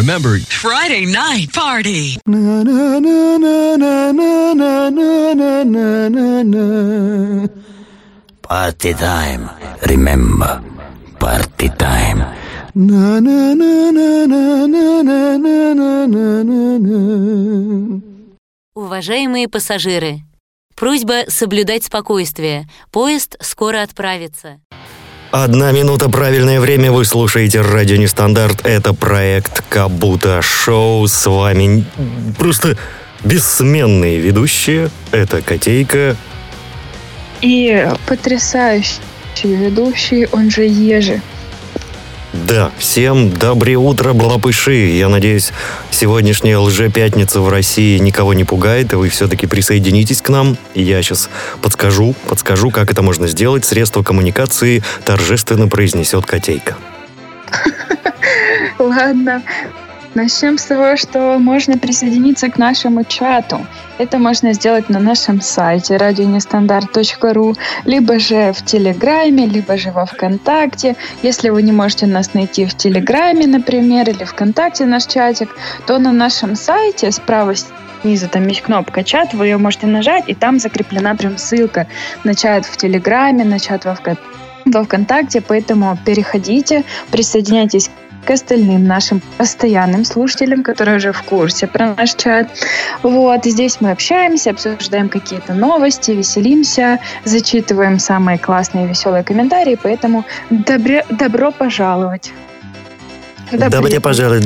Remember, Friday night party. Party time. Remember, party time. Уважаемые пассажиры, просьба соблюдать спокойствие. Поезд скоро отправится. 1 минута, правильное время. Вы слушаете радио Нестандарт. Это проект Кабута Шоу. С вами просто бессменные ведущие. Это Котейка. И потрясающий ведущий, он же Ежи. Да, всем доброе утро, балапыши. Я надеюсь, сегодняшняя лжепятница в России никого не пугает, и вы все-таки присоединитесь к нам. И я сейчас подскажу, как это можно сделать. Средство коммуникации торжественно произнесет Котейка. Ладно. Начнем с того, что можно присоединиться к нашему чату. Это можно сделать на нашем сайте radionestandarт.ru, либо же в Телеграме, либо же во ВКонтакте. Если вы не можете нас найти в Телеграме, например, или ВКонтакте наш чатик, то на нашем сайте справа снизу там есть кнопка «Чат», вы ее можете нажать, и там закреплена прям ссылка на чат в Телеграме, на чат во ВКонтакте, поэтому переходите, присоединяйтесь к остальным нашим постоянным слушателям, которые уже в курсе про наш чат. Вот, здесь мы общаемся, обсуждаем какие-то новости, веселимся, зачитываем самые классные и веселые комментарии, поэтому добро пожаловать. Добро пожаловать,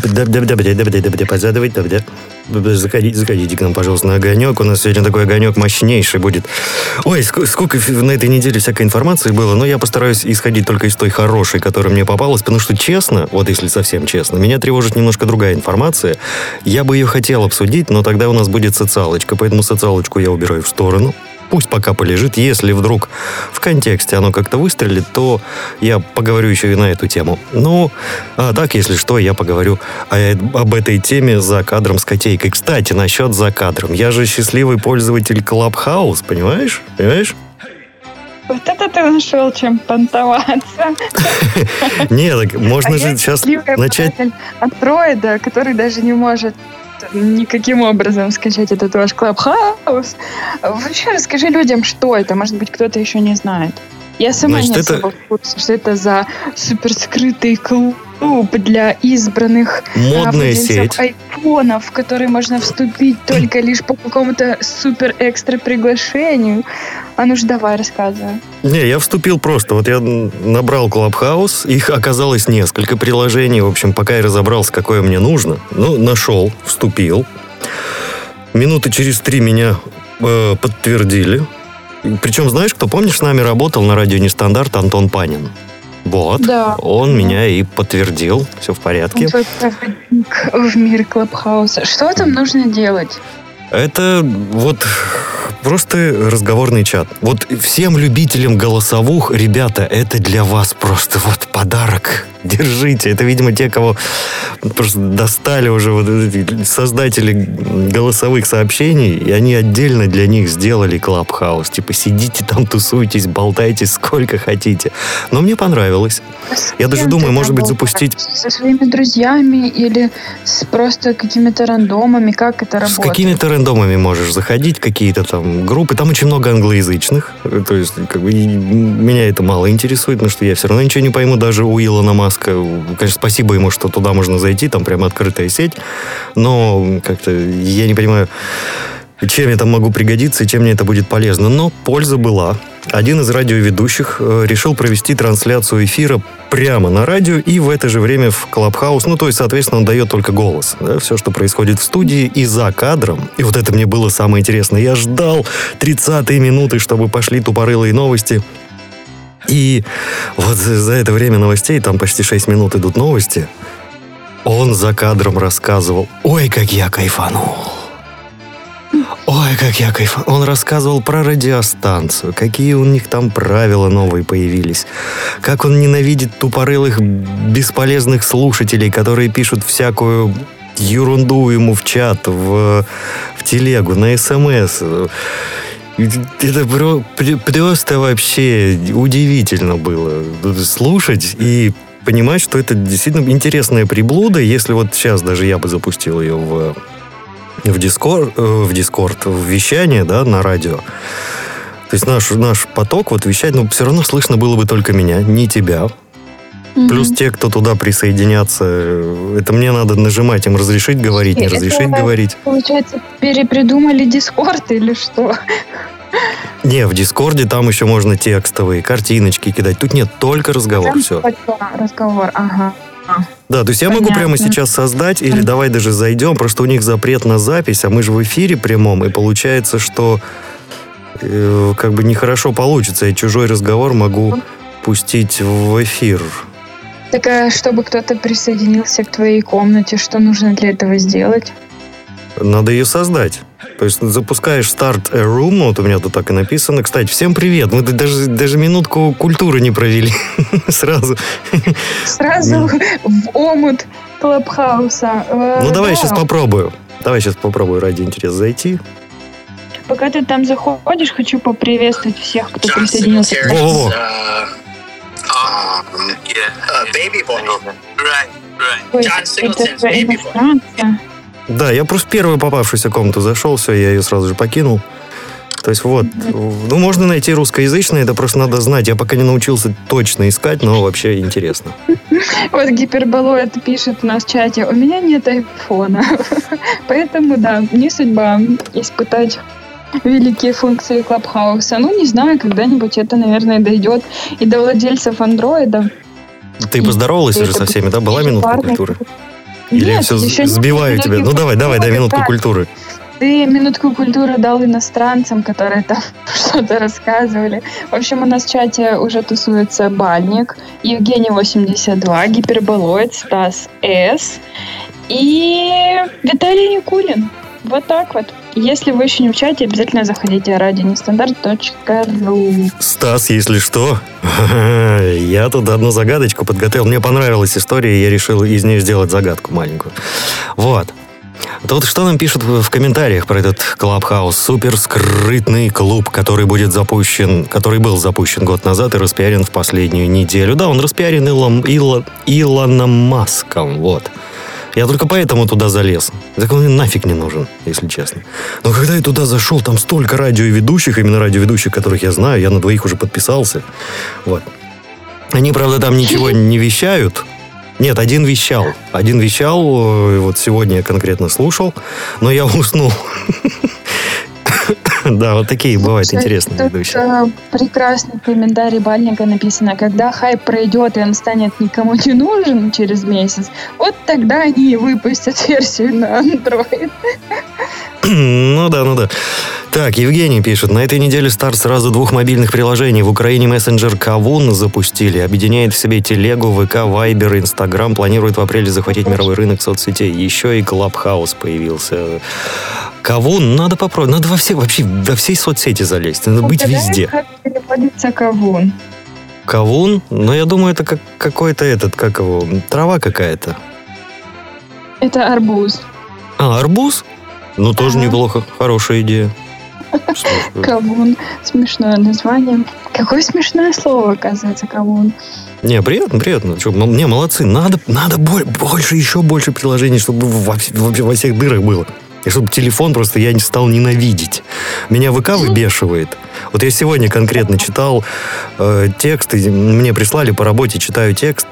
добро пожаловать. Заходите к нам, пожалуйста, на огонек. У нас сегодня такой огонек мощнейший будет. Ой, сколько на этой неделе всякой информации было, но я постараюсь исходить только из той хорошей, которая мне попалась, потому что честно, вот если совсем честно, меня тревожит немножко другая информация. Я бы ее хотел обсудить, но тогда у нас будет социалочка, поэтому социалочку я убираю в сторону. Пусть пока полежит. Если вдруг в контексте оно как-то выстрелит, то я поговорю еще и на эту тему. Ну, а так, если что, я поговорю об этой теме за кадром с Котейкой. Кстати, насчет за кадром. Я же счастливый пользователь Clubhouse, понимаешь? Вот это ты нашел, чем понтоваться. Нет, так можно же сейчас начать... Андроида, который даже не может никаким образом скачать этот ваш Clubhouse. Вообще расскажи людям, что это. Может быть, кто-то еще не знает. Я сама не особо в курсе, что это за суперскрытый клуб для избранных модная сеть айфонов, в который можно вступить только лишь по какому-то супер-экстра приглашению. А ну ж давай, рассказывай. Не, я вступил просто. Вот я набрал Clubhouse, их оказалось несколько приложений. В общем, пока я разобрался, какое мне нужно, нашел, вступил. Минуты через 3 меня подтвердили. Причем, знаешь, кто, помнишь, с нами работал на радио Нестандарт Антон Панин? Вот, да. Он меня и подтвердил, все в порядке. Он твой проводник в мир Клабхауса. Что там нужно делать? Это вот просто разговорный чат. Вот всем любителям голосовух, ребята, это для вас просто вот подарок. Держите. Это, видимо, те, кого просто достали уже вот эти создатели голосовых сообщений, и они отдельно для них сделали Клабхаус. Типа сидите там, тусуйтесь, болтайте сколько хотите. Но мне понравилось. Я даже думаю, может быть, запустить... Со своими друзьями или с просто какими-то рандомами? Как это работает? С какими-то рандомами можешь заходить, какие-то там группы. Там очень много англоязычных. То есть, как бы, меня это мало интересует, потому что я все равно ничего не пойму. Даже у Илона Маска. Конечно, спасибо ему, что туда можно зайти. Там прямо открытая сеть. Но как-то я не понимаю, чем я там могу пригодиться и чем мне это будет полезно. Но польза была. Один из радиоведущих решил провести трансляцию эфира прямо на радио и в это же время в Clubhouse. Ну, то есть, соответственно, он дает только голос. Да, все, что происходит в студии и за кадром. И вот это мне было самое интересное. Я ждал 30-е минуты, чтобы пошли тупорылые новости. И вот за это время новостей, там почти 6 минут идут новости, он за кадром рассказывал: «Ой, как я кайфанул! Ой, как я кайфанул!» Он рассказывал про радиостанцию, какие у них там правила новые появились, как он ненавидит тупорылых, бесполезных слушателей, которые пишут всякую ерунду ему в чат, в телегу, на СМС. Это просто вообще удивительно было слушать. И понимать, что это действительно интересная приблуда. Если вот сейчас даже я бы запустил ее в Discord, в вещание, да, на радио. То есть наш поток вот вещать, но все равно слышно было бы только меня, не тебя. Плюс те, кто туда присоединятся, это мне надо нажимать им разрешить говорить, не разрешить говорить. Получается, перепридумали Дискорд или что? Не, в Дискорде там еще можно текстовые, картиночки кидать. Тут нет, только разговор, Там все. Разговор, ага. Да, то есть я могу прямо сейчас создать, или давай даже зайдем, просто у них запрет на запись, а мы же в эфире прямом, и получается, что как бы нехорошо получится. Я чужой разговор могу пустить в эфир. Так, а чтобы кто-то присоединился к твоей комнате, что нужно для этого сделать? Надо ее создать. То есть запускаешь Start a Room, вот у меня тут так и написано. Кстати, всем привет. Мы даже минутку культуры не провели. Сразу. Сразу в омут Клабхауса. Ну, давай я сейчас попробую. Ради интереса зайти. Пока ты там заходишь, хочу поприветствовать всех, кто присоединился. Во-во-во. Baby boy. Ой, John Singleton's это Baby Boy. иностранцы. Да, я просто в первую попавшуюся комнату зашел, все, я ее сразу же покинул. То есть вот, ну, можно найти русскоязычное, это просто надо знать. Я пока не научился точно искать, но вообще интересно. Вот Гиперболоид пишет у нас в чате: у меня нет айфона. Поэтому, да, не судьба испытать великие функции Клабхауса. Ну, не знаю, когда-нибудь это, наверное, дойдет и до владельцев андроида. Ты поздоровалась уже со всеми, да? Была минутка культуры? Или Нет, все еще сбиваю нет тебя? Ну, давай, минутку культуры. Ты минутку культуры дал иностранцам, которые там что-то рассказывали. В общем, у нас в чате уже тусуется Бальник, Евгений 82, Гиперболоид, Стас С. и Виталий Никулин. Вот так вот. Если вы еще не в чате, обязательно заходите radionestandarт.ru. Стас, если что, я тут одну загадочку подготовил. Мне понравилась история, и я решил из нее сделать загадку маленькую. Вот. Тут что нам пишут в комментариях про этот Клабхаус? Супер скрытный клуб, который был запущен год назад и распиарен в последнюю неделю. Да, он распиарен Илоном Маском, вот. Я только поэтому туда залез. Так он мне нафиг не нужен, если честно. Но когда я туда зашел, там столько радиоведущих, именно радиоведущих, которых я знаю, я на двоих уже подписался. Вот. Они, правда, там ничего не вещают. Нет, один вещал, вот сегодня я конкретно слушал, но я уснул. Да, вот такие бывают интересные ведущие. Прекрасный комментарий Бальника написано: когда хайп пройдет и он станет никому не нужен через месяц, вот тогда они и выпустят версию на Android. Ну да. Так, Евгений пишет: на этой неделе старт сразу 2 мобильных приложений. В Украине мессенджер Кавун запустили. Объединяет в себе Телегу, ВК, Вайбер, Инстаграм. Планирует в апреле захватить мировой рынок соцсетей. Еще и Клабхаус появился. Кавун надо попробовать. Надо во всей соцсети залезть. Надо быть везде. Как переводится Кавун? Кавун? Ну, я думаю, это как какой-то трава какая-то. Это арбуз. А, арбуз? Ну, тоже неплохо. Хорошая идея. Кавун. Смешное название. Какое смешное слово, оказывается, кавун. Не, приятно. Что, не, молодцы. Надо еще больше приложений, чтобы во всех дырах было. И чтобы телефон просто я не стал ненавидеть. Меня ВК выбешивает. Вот я сегодня конкретно читал текст, мне прислали по работе, читаю текст,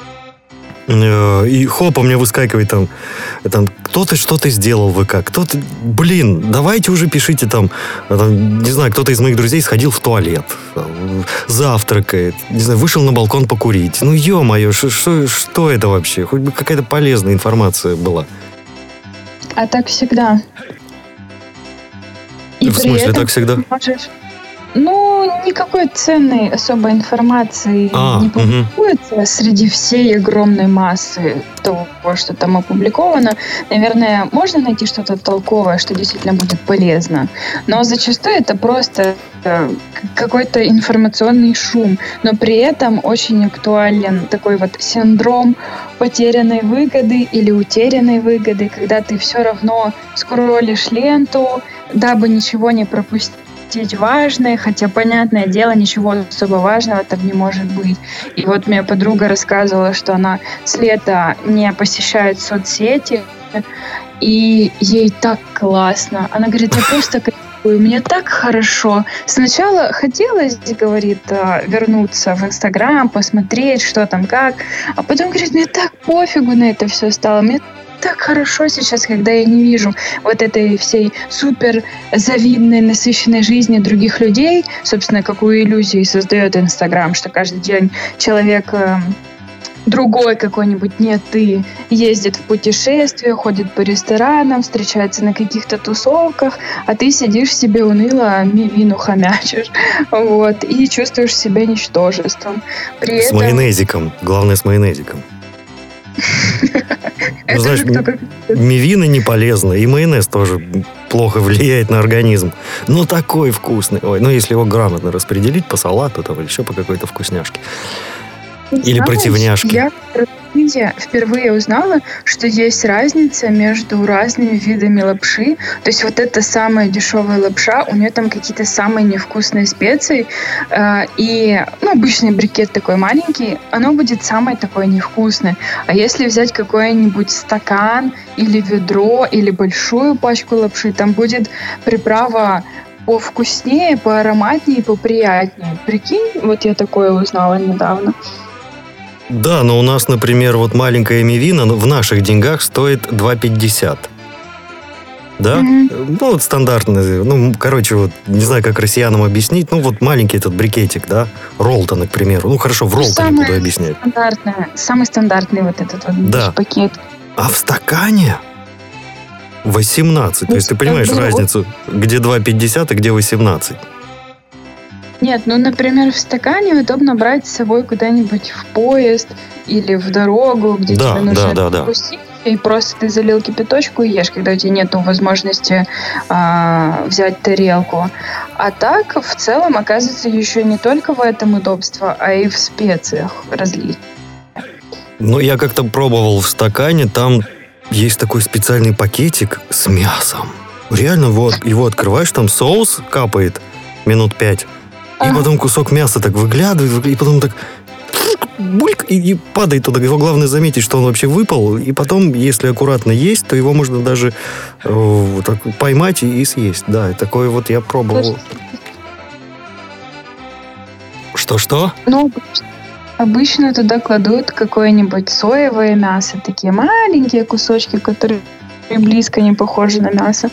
и хоп, у меня выскакивает там кто-то что-то сделал в ВК, кто-то, давайте уже пишите там, не знаю, кто-то из моих друзей сходил в туалет, завтракает, не знаю, вышел на балкон покурить. Ну, ё-моё, что это вообще? Хоть бы какая-то полезная информация была. А так всегда. И в смысле, так всегда? Никакой ценной особой информации не публикуется среди всей огромной массы того, что там опубликовано. Наверное, можно найти что-то толковое, что действительно будет полезно. Но зачастую это просто какой-то информационный шум. Но при этом очень актуален такой вот синдром потерянной выгоды или утерянной выгоды, когда ты все равно скроллишь ленту, дабы ничего не пропустить, запостить важное, хотя, понятное дело, ничего особо важного там не может быть. И вот мне подруга рассказывала, что она с лета не посещает соцсети, и ей так классно. Она говорит, я просто кайфую, мне так хорошо. Сначала хотелось, говорит, вернуться в Инстаграм, посмотреть, что там как, а потом, говорит, мне так пофигу на это все стало, мне так хорошо сейчас, когда я не вижу вот этой всей супер завидной, насыщенной жизни других людей, собственно, какую иллюзию создает Инстаграм, что каждый день человек другой какой-нибудь, не ты, ездит в путешествия, ходит по ресторанам, встречается на каких-то тусовках, а ты сидишь себе уныло, мивину хомячишь, вот, и чувствуешь себя ничтожеством. С майонезиком, главное, с майонезиком. Ну, знаешь, мивина не полезна, и майонез тоже плохо влияет на организм. Но такой вкусный. Ой, ну если его грамотно распределить по салату там, или еще по какой-то вкусняшке. Или противняшки. Я впервые узнала, что есть разница между разными видами лапши. То есть вот эта самая дешевая лапша, у нее там какие-то самые невкусные специи. И обычный брикет такой маленький, оно будет самое такое невкусное. А если взять какой-нибудь стакан или ведро, или большую пачку лапши, там будет приправа повкуснее, поароматнее, поприятнее. Прикинь, вот я такое узнала недавно. Да, но у нас, например, вот маленькая мивина в наших деньгах стоит 2,50. Да? Ну, вот стандартно. Вот не знаю, как россиянам объяснить. Ну, вот маленький этот брикетик, да? Роллтона, к примеру. Ну, хорошо, в Роллтоне буду объяснять. Самый стандартный вот этот вот пакет. А в стакане 18. То есть ты понимаешь разницу, где 2,50 и где 18? Нет, например, в стакане удобно брать с собой куда-нибудь в поезд или в дорогу, где тебе нужно перекусить, и просто ты залил кипяточку и ешь, когда у тебя нет возможности взять тарелку. А так, в целом, оказывается, еще не только в этом удобство, а и в специях различных. Я как-то пробовал в стакане, там есть такой специальный пакетик с мясом. Реально, вот его открываешь, там соус капает минут 5, и потом кусок мяса так выглядывает, и потом так бульк, и падает туда. Его главное заметить, что он вообще выпал, и потом, если аккуратно есть, то его можно даже так поймать и съесть. Да, такое вот я пробовал. Что-что? Обычно туда кладут какое-нибудь соевое мясо, такие маленькие кусочки, которые близко не похожи на мясо.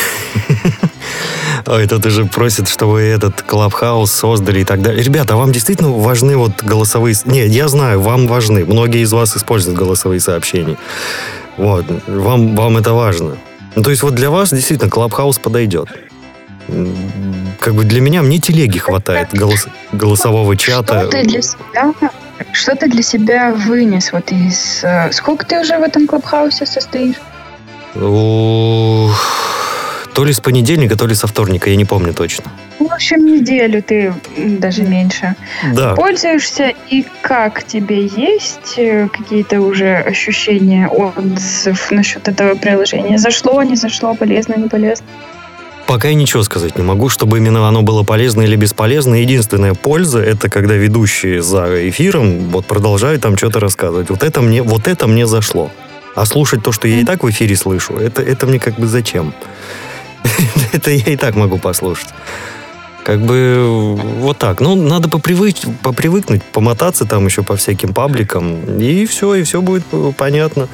Ой, тут уже просят, чтобы этот Клабхаус создали и так далее. Ребята, а вам действительно важны вот голосовые... Нет, я знаю, вам важны. Многие из вас используют голосовые сообщения. Вот, вам это важно. То есть вот для вас действительно Клабхаус подойдет. Как бы для меня, мне телеги хватает голосового чата. Что ты для себя вынес вот из... Сколько ты уже в этом Клабхаусе состоишь? То ли с понедельника, то ли со вторника, я не помню точно. В общем, неделю ты, даже меньше, пользуешься. И как тебе есть какие-то уже ощущения, отзыв насчет этого приложения? Зашло, не зашло, полезно, не полезно? Пока я ничего сказать не могу, чтобы именно оно было полезно или бесполезно. Единственная польза — это когда ведущие за эфиром вот продолжают там что-то рассказывать. Вот это мне зашло. А слушать то, что я и так в эфире слышу, это мне как бы зачем? Это я и так могу послушать. Как бы вот так. Надо попривыкнуть, помотаться там еще по всяким пабликам, и все будет понятно.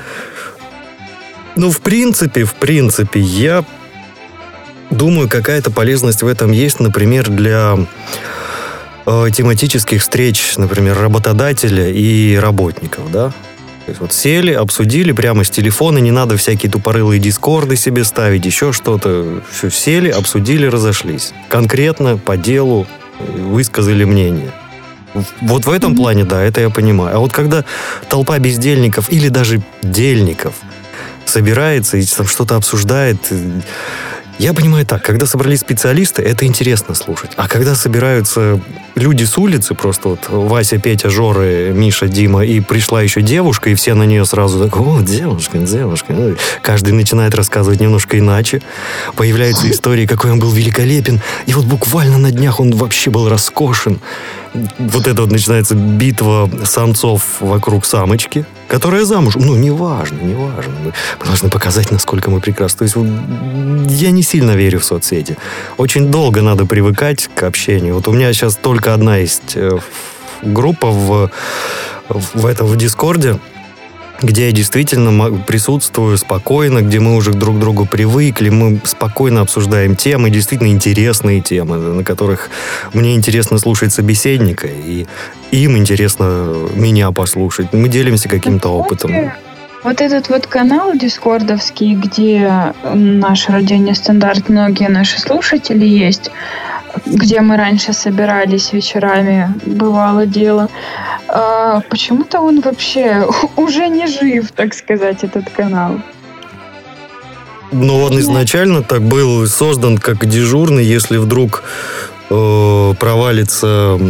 В принципе, я думаю, какая-то полезность в этом есть, например, для тематических встреч, например, работодателя и работников, да? То есть вот сели, обсудили прямо с телефона, не надо всякие тупорылые дискорды себе ставить, еще что-то. Все, сели, обсудили, разошлись. Конкретно, по делу, высказали мнение. Вот в этом плане, да, это я понимаю. А вот когда толпа бездельников или даже дельников собирается и там что-то обсуждает, Я понимаю так, когда собрались специалисты, это интересно слушать. А когда собираются люди с улицы, просто вот Вася, Петя, Жора, Миша, Дима, и пришла еще девушка, и все на нее сразу так: о, девушка. Каждый начинает рассказывать немножко иначе. Появляются истории, какой он был великолепен. И вот буквально на днях он вообще был роскошен. Вот это вот начинается битва самцов вокруг самочки, которая замужем. Ну, неважно. Мы должны показать, насколько мы прекрасны. То есть я не сильно верю в соцсети. Очень долго надо привыкать к общению. Вот у меня сейчас только одна есть группа в Дискорде, где я действительно присутствую спокойно, где мы уже друг к другу привыкли, мы спокойно обсуждаем темы, действительно интересные темы, на которых мне интересно слушать собеседника, и им интересно меня послушать. Мы делимся каким-то опытом. Вот этот вот канал дискордовский, где наш Радио Нестандарт, многие наши слушатели есть, где мы раньше собирались вечерами, бывало дело. Почему-то он вообще уже не жив, так сказать, этот канал. Ну, он изначально так был создан как дежурный, если вдруг провалится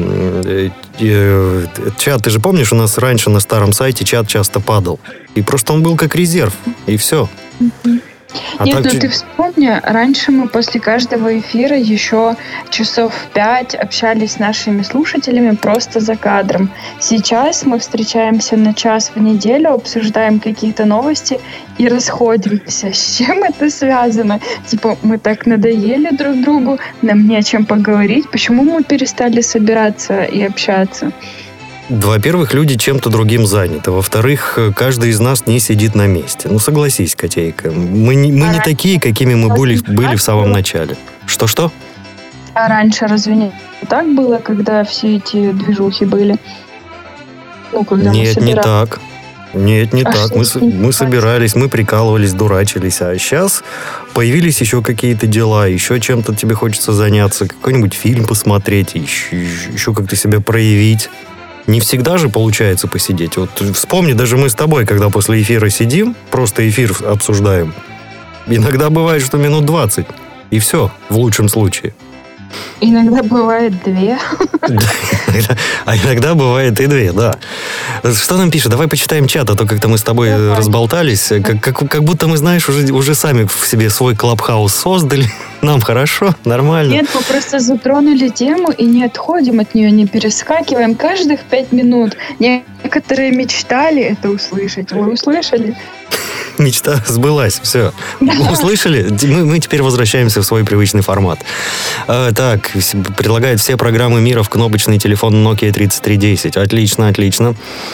чат. Ты же помнишь, у нас раньше на старом сайте чат часто падал. И просто он был как резерв, и все. Нет, ну ты вспомни, раньше мы после каждого эфира еще часов 5 общались с нашими слушателями просто за кадром. Сейчас мы встречаемся на час в неделю, обсуждаем какие-то новости и расходимся. С чем это связано? Типа, мы так надоели друг другу, нам не о чем поговорить. Почему мы перестали собираться и общаться? Во-первых, люди чем-то другим заняты. Во-вторых, каждый из нас не сидит на месте. Ну, согласись, Котейка. Мы не такие, какими мы были в самом начале. Что-что? А раньше разве не так было, когда все эти движухи были? Ну, когда Нет, не так. Нет, не так. Мы собирались, мы прикалывались, дурачились. А сейчас появились еще какие-то дела, еще чем-то тебе хочется заняться, какой-нибудь фильм посмотреть, еще как-то себя проявить. Не всегда же получается посидеть. Вот вспомни, даже мы с тобой, когда после эфира сидим, просто эфир обсуждаем. Иногда бывает, что минут 20. И все, в лучшем случае. Иногда бывает 2. А иногда бывает и 2, да. Что нам пишет? Давай почитаем чат, а то как-то мы с тобой разболтались. Как будто мы, знаешь, уже сами в себе свой клабхаус создали. Нам хорошо, нормально. Нет, мы просто затронули тему и не отходим от нее, не перескакиваем каждых 5 минут. Некоторые мечтали это услышать. Вы услышали? Мечта сбылась, все. Услышали? Мы теперь возвращаемся в свой привычный формат. Так, предлагают все программы мира в кнопочный телефон Nokia 3310. Отлично.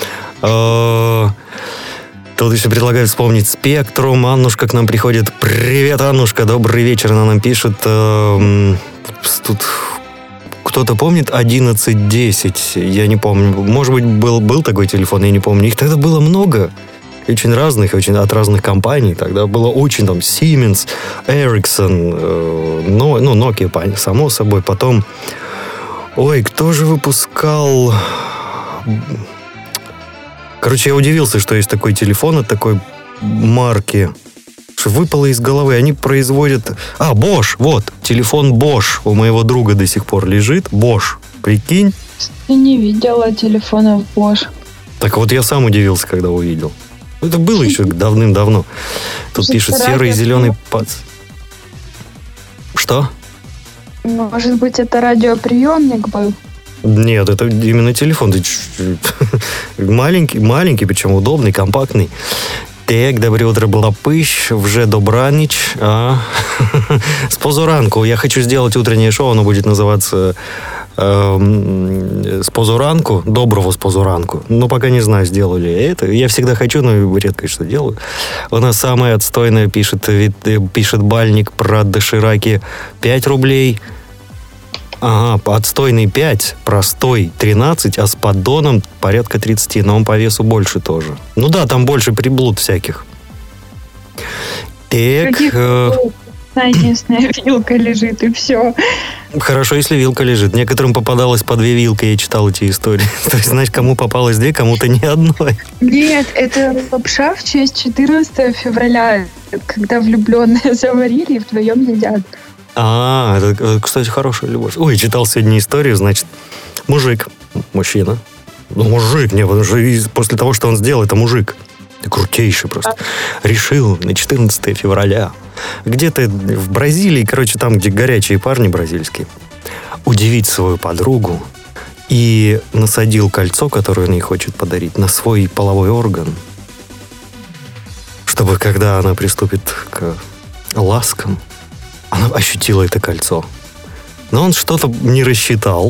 Тут еще предлагают вспомнить Спектрум. Аннушка к нам приходит. Привет, Аннушка, добрый вечер. Она нам пишет. Тут кто-то помнит 1110? Я не помню. Может быть, был такой телефон, я не помню. Их тогда было много. Очень разных, очень от разных компаний. Тогда было очень там Siemens, Ericsson, Nokia, само собой. Потом, кто же выпускал... Короче, я удивился, что есть такой телефон от такой марки. Выпало из головы. Они производят... Bosch, вот, телефон Bosch. У моего друга до сих пор лежит. Bosch, прикинь. Я не видела телефонов Bosch. Так вот я сам удивился, когда увидел. Это было еще давным-давно. Тут пишет серый и зеленый пац. Что? Может быть, это радиоприемник был? Нет, это именно телефон. Маленький, причем удобный, компактный. Так, доброе утро, Блапыщ, вже добраніч. С позоранку. Я хочу сделать утреннее шоу, оно будет называться с позоранку, доброго с позоранку. Но пока не знаю, сделали это. Я всегда хочу, но редко что делаю. У нас самое отстойное, пишет Бальник про дошираки 5 рублей. Ага, отстойный 5, простой 13, а с поддоном порядка 30, но он по весу больше тоже. Ну да, там больше приблуд всяких. Так... Единственная вилка лежит, и все. Хорошо, если вилка лежит. Некоторым попадалось по 2 вилки, я читал эти истории. То есть, знаешь, кому попалось 2, кому-то ни одной. Нет, это лапша в честь 14 февраля. когда влюбленные заварили и вдвоем едят. Это, кстати, хорошая любовь. Ой, читал сегодня историю, значит, мужчина. Мужик, не, потому что после того, что он сделал, это мужик. Крутейший просто. Решил на 14 февраля где-то в Бразилии, короче, там, где горячие парни бразильские, удивить свою подругу и насадил кольцо, которое он ей хочет подарить, на свой половой орган, чтобы, когда она приступит к ласкам, она ощутила это кольцо. Но он что-то не рассчитал,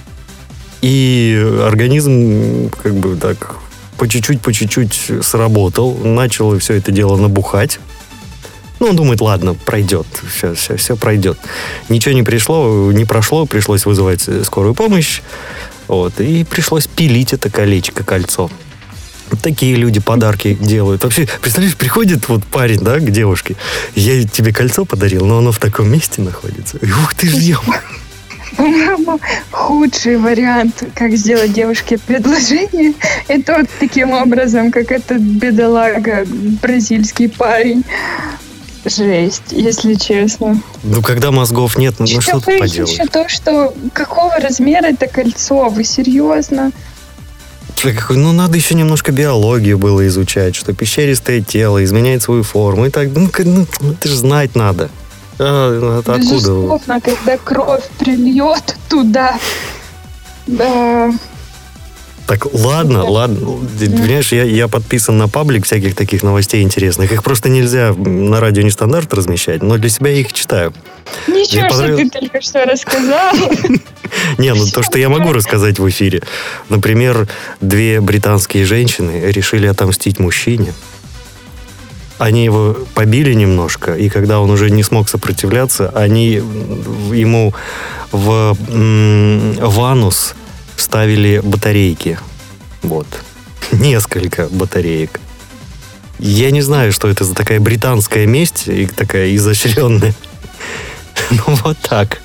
и организм как бы так по чуть-чуть сработал, начал все это дело набухать. Ну, он думает, ладно, пройдет, все пройдет. Ничего не прошло, пришлось вызывать скорую помощь, вот, и пришлось пилить это кольцо. Вот такие люди подарки делают. Вообще, представляешь, приходит вот парень, да, к девушке, я тебе кольцо подарил, но оно в таком месте находится. И, ух ты ж, ё-моё. По-моему, худший вариант, как сделать девушке предложение, это вот таким образом, как этот бедолага, бразильский парень. Жесть, если честно. Ну, когда мозгов нет, ну что тут поделать? Еще то, что какого размера это кольцо, вы серьезно? Ну, надо еще немножко биологию было изучать, что пещеристое тело изменяет свою форму. И так, это же знать надо. Откуда? Безусловно, когда кровь прильет туда. Да. Так, ладно. Понимаешь, я подписан на паблик всяких таких новостей интересных. Их просто нельзя на радио Нестандарт размещать, но для себя я их читаю. Ничего, что ты только что рассказал. Не, ну то, что я могу рассказать в эфире. Например, 2 британские женщины решили отомстить мужчине. Они его побили немножко, и когда он уже не смог сопротивляться, они ему в анус вставили батарейки. Вот. Несколько батареек. Я не знаю, что это за такая британская месть, и такая изощренная. Ну, вот так.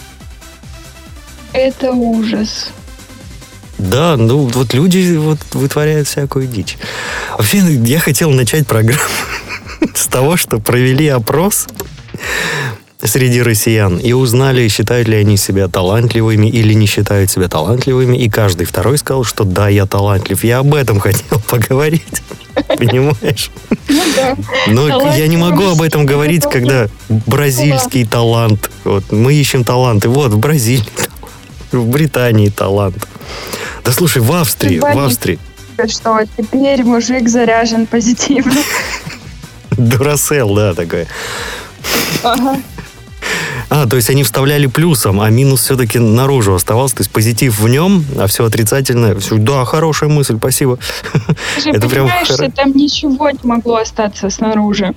Это ужас. Да, ну вот люди вот вытворяют всякую дичь. Вообще, я хотел начать программу с того, что провели опрос среди россиян и узнали, считают ли они себя талантливыми или не считают себя талантливыми. И каждый второй сказал, что да, я талантлив. Я об этом хотел поговорить. Понимаешь? Но я не могу об этом говорить, когда бразильский талант. Вот, мы ищем таланты. Вот, в Бразилии талант, в Британии талант. Да слушай, в Австрии. Что теперь мужик заряжен позитивно. Дурасел, да, такой. Ага. То есть они вставляли плюсом, а минус все-таки наружу оставался. То есть позитив в нем, а все отрицательное. Да, хорошая мысль, спасибо. Ты же понимаешь, что там ничего не могло остаться снаружи.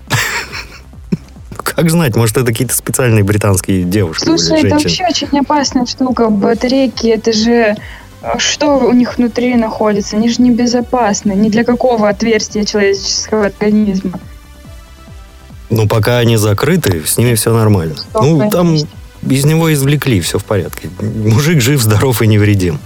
Как знать, может, это какие-то специальные британские девушки. Слушай, это вообще очень опасная штука. Батарейки, это же... Что у них внутри находится? Они же небезопасны. Ни для какого отверстия человеческого организма. Ну, пока они закрыты, с ними все нормально. Ну, там из него извлекли, все в порядке. Мужик жив, здоров и невредим.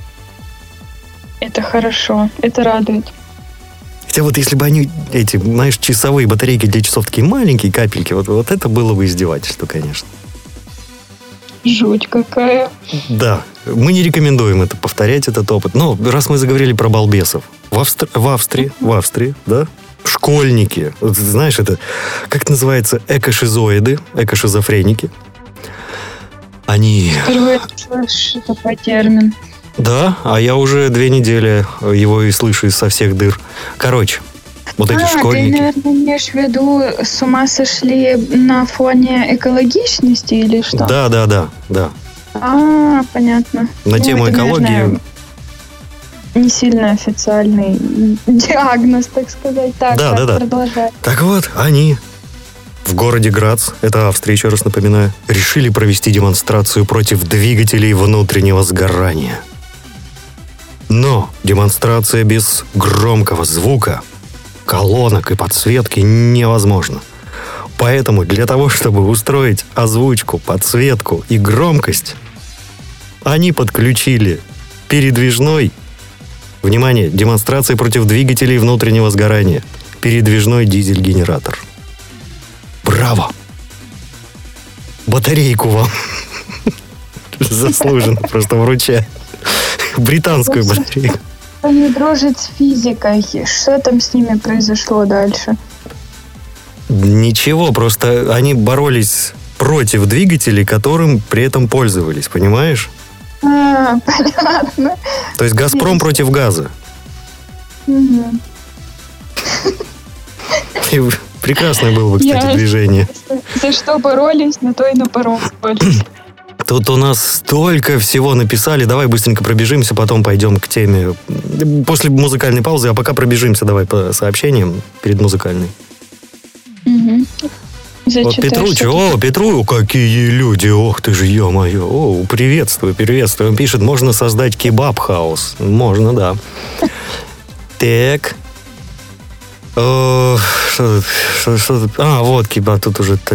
Это хорошо, это радует. Хотя вот если бы они, эти, знаешь, часовые батарейки для часов такие маленькие, капельки, вот это было бы издевательство, конечно. Жуть какая. Да, мы не рекомендуем это повторять, этот опыт. Но раз мы заговорили про балбесов, в Австрии, да, школьники, вот, знаешь, это, как это называется, экошизоиды, экошизофреники. Они... Впервые слышу такой термин. Да, а я уже 2 недели его и слышу со всех дыр. Короче, вот эти школьники... Ты, наверное, имеешь в виду, с ума сошли на фоне экологичности или что? Да. Понятно. На тему это, экологии... Наверное, не сильно официальный диагноз, так сказать. Так, да. Продолжай. Так вот, они в городе Грац, это Австрия, еще раз напоминаю, решили провести демонстрацию против двигателей внутреннего сгорания. Но демонстрация без громкого звука, колонок и подсветки невозможна. Поэтому для того, чтобы устроить озвучку, подсветку и громкость, они подключили передвижной, внимание, демонстрация против двигателей внутреннего сгорания, передвижной дизель-генератор. Браво! Батарейку вам. Заслуженно просто вручаю. Британскую батарейку. Они дружат с физикой. Что там с ними произошло дальше? Ничего, просто они боролись против двигателей, которым при этом пользовались, понимаешь? Понятно. То есть «Газпром» против газа. Угу. Прекрасное было бы, кстати, движение. За что боролись, на то и напоролись. Тут у нас столько всего написали. Давай быстренько пробежимся, потом пойдем к теме. После музыкальной паузы, а пока пробежимся давай по сообщениям перед музыкальной. Угу. Вот Петру, какие люди, ох ты же, ё-моё. О, приветствую. Он пишет, можно создать кебаб-хаус. Можно, да. Так. Что тут? Вот кебаб, тут уже. Так,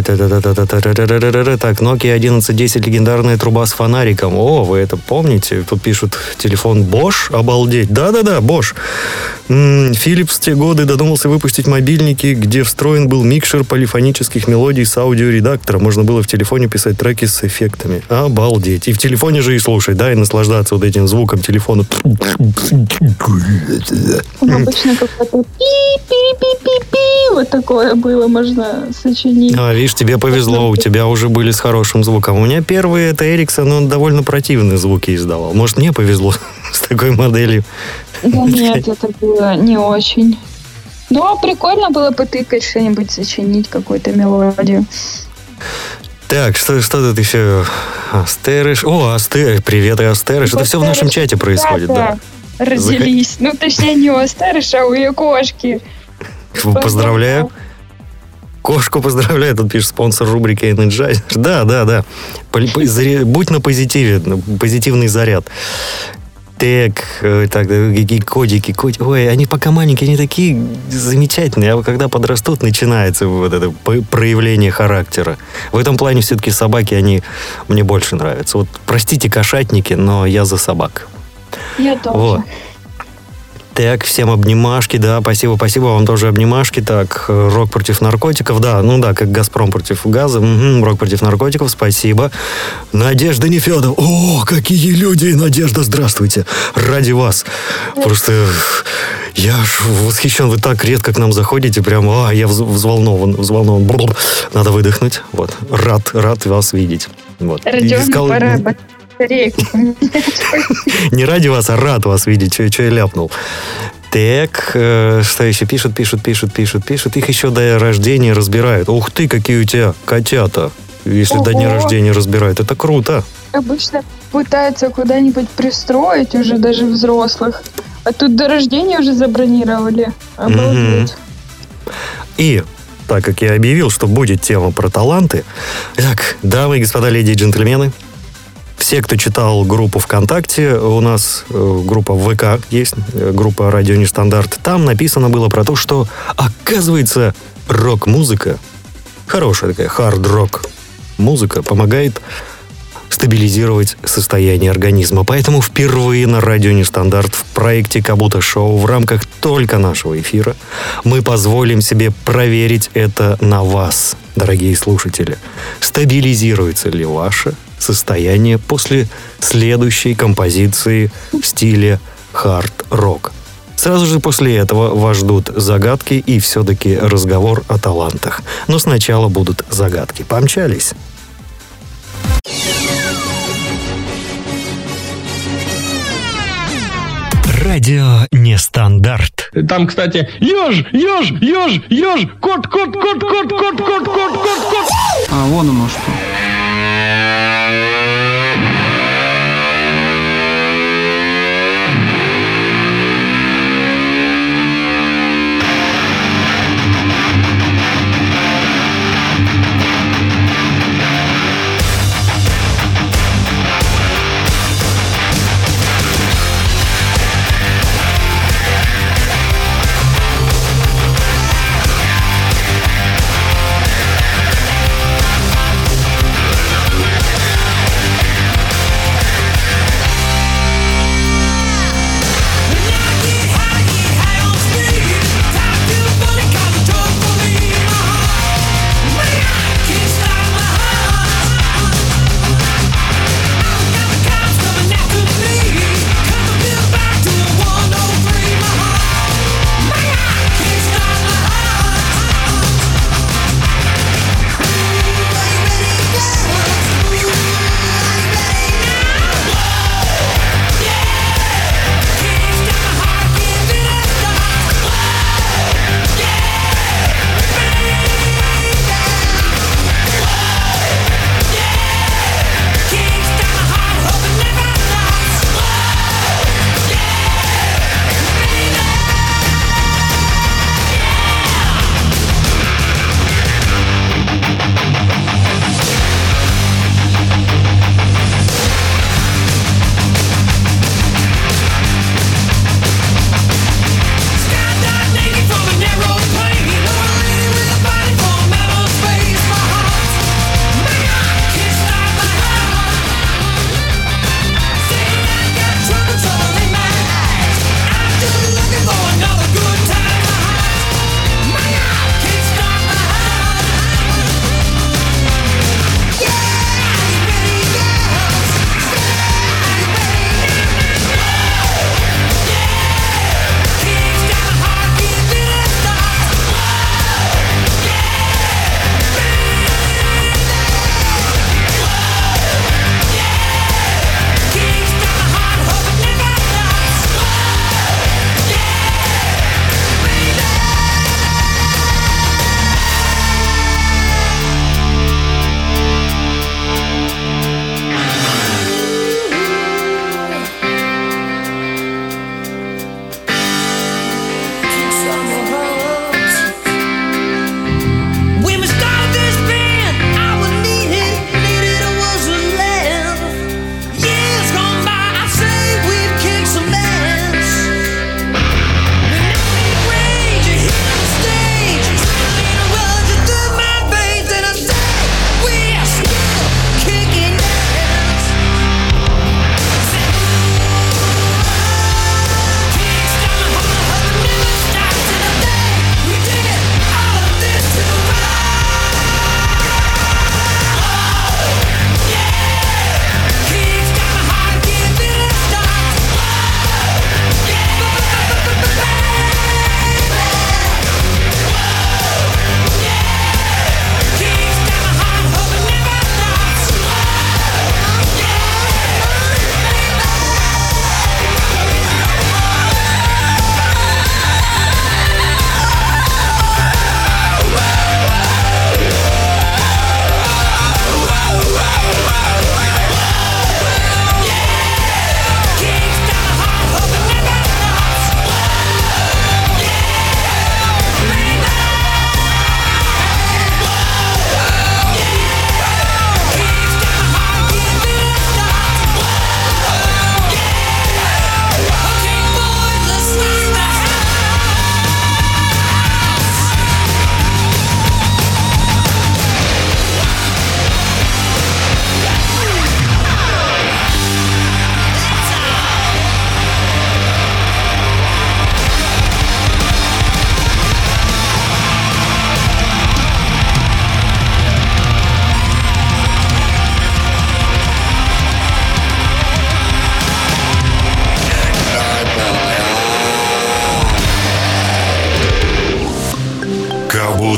Nokia 1110, легендарная труба с фонариком. О, вы это помните? Тут пишут, телефон Bosch, обалдеть. Да-да-да, Bosch. Philips в те годы додумался выпустить мобильники, где встроен был микшер полифонических мелодий с аудиоредактором. Можно было в телефоне писать треки с эффектами. Обалдеть. И в телефоне же и слушать, да, и наслаждаться вот этим звуком телефона. Обычно какой-то пи-пи-пи-пи, вот такое было, можно сочинить. Видишь, тебе повезло, у тебя уже были с хорошим звуком. У меня первый, это Ericsson, он довольно противные звуки издавал. Может, мне повезло с такой моделью. Да нет, это было не очень. Но прикольно было потыкать что-нибудь, сочинить какую-то мелодию. Так, что тут еще? Астерыш. Привет, Астерыш. Это все в нашем чате происходит, да. Родились. Ну, точнее, не у Астерыша, а у ее кошки. Поздравляю. Кошку поздравляю, тут пишет спонсор рубрики Energizer. Да. Будь на позитиве, позитивный заряд. Так, кодики. Ой, они пока маленькие, они такие замечательные, а когда подрастут, начинается вот это проявление характера. В этом плане все-таки собаки, они мне больше нравятся. Вот, простите, кошатники, но я за собак. Я тоже. Вот. Так, всем обнимашки, да, спасибо, вам тоже обнимашки. Так, рок против наркотиков, да, как «Газпром» против газа, рок против наркотиков, спасибо. Надежда Нефедова, о, какие люди, Надежда, здравствуйте, ради вас. Просто я аж восхищен, вы так редко к нам заходите, прям, я взволнован, надо выдохнуть, вот, рад вас видеть. Вот. Родион, пора батарейку. Не ради вас, а рад вас видеть, что я ляпнул. Так, что еще пишут? Их еще до рождения разбирают. Ух ты, какие у тебя котята, если до дня рождения разбирают. Это круто. Обычно пытаются куда-нибудь пристроить уже даже взрослых. А тут до рождения уже забронировали. Обалдеть. И так как я объявил, что будет тема про таланты. Итак, дамы и господа, леди и джентльмены, все, кто читал группу ВКонтакте, у нас группа в ВК есть, группа «Радио Нестандарт», там написано было про то, что, оказывается, рок-музыка, хорошая такая хард-рок музыка, помогает стабилизировать состояние организма. Поэтому впервые на «Радио Нестандарт» в проекте «Кабуто Шоу» в рамках только нашего эфира мы позволим себе проверить это на вас, дорогие слушатели. Стабилизируется ли ваше состояние после следующей композиции в стиле хард-рок? Сразу же после этого вас ждут загадки и все-таки разговор о талантах. Но сначала будут загадки. Помчались! Радио Нестандарт. Там, кстати, еж, кот. А, вон оно что.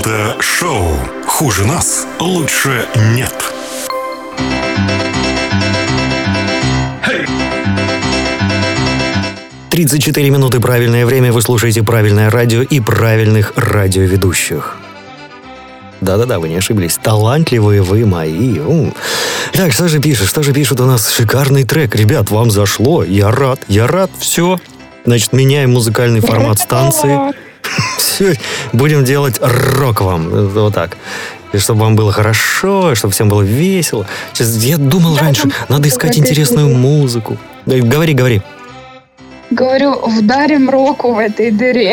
Это шоу «Хуже нас, лучше нет». 34 минуты правильное время. Вы слушаете правильное радио и правильных радиоведущих. Да-да-да, вы не ошиблись. Талантливые вы мои. Так, что же пишут у нас? Шикарный трек. Ребят, вам зашло? Я рад. Все. Значит, меняем музыкальный формат станции. Все. Будем делать рок вам. Вот так. И чтобы вам было хорошо, чтобы всем было весело. Сейчас, я думал раньше, надо искать интересную музыку. Говори. Говорю, вдарим року в этой дыре.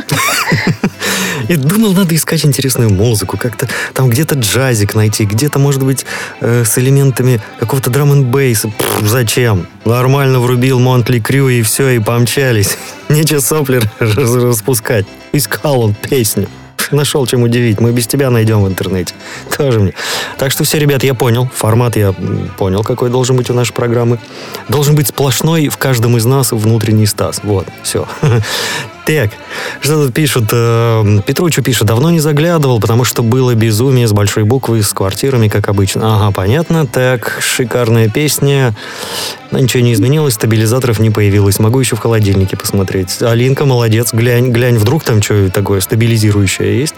И думал, надо искать интересную музыку, как-то там где-то джазик найти, где-то, может быть, с элементами какого-то драм-н-бейса. Зачем? Нормально врубил Монтли Крю, и все, и помчались. Нечего сопли распускать. Искал он песню. Нашел, чем удивить. Мы без тебя найдем в интернете. Тоже мне. Так что все, ребят, я понял. Формат я понял, какой должен быть у нашей программы. Должен быть сплошной в каждом из нас внутренний Стас. Вот, все. Так, что тут пишут? Петручу пишет, давно не заглядывал, потому что было безумие с большой буквы, с квартирами, как обычно. Ага, понятно. Так, шикарная песня. Но ничего не изменилось, стабилизаторов не появилось. Могу еще в холодильнике посмотреть. Алинка, молодец, глянь, вдруг там что такое стабилизирующее есть.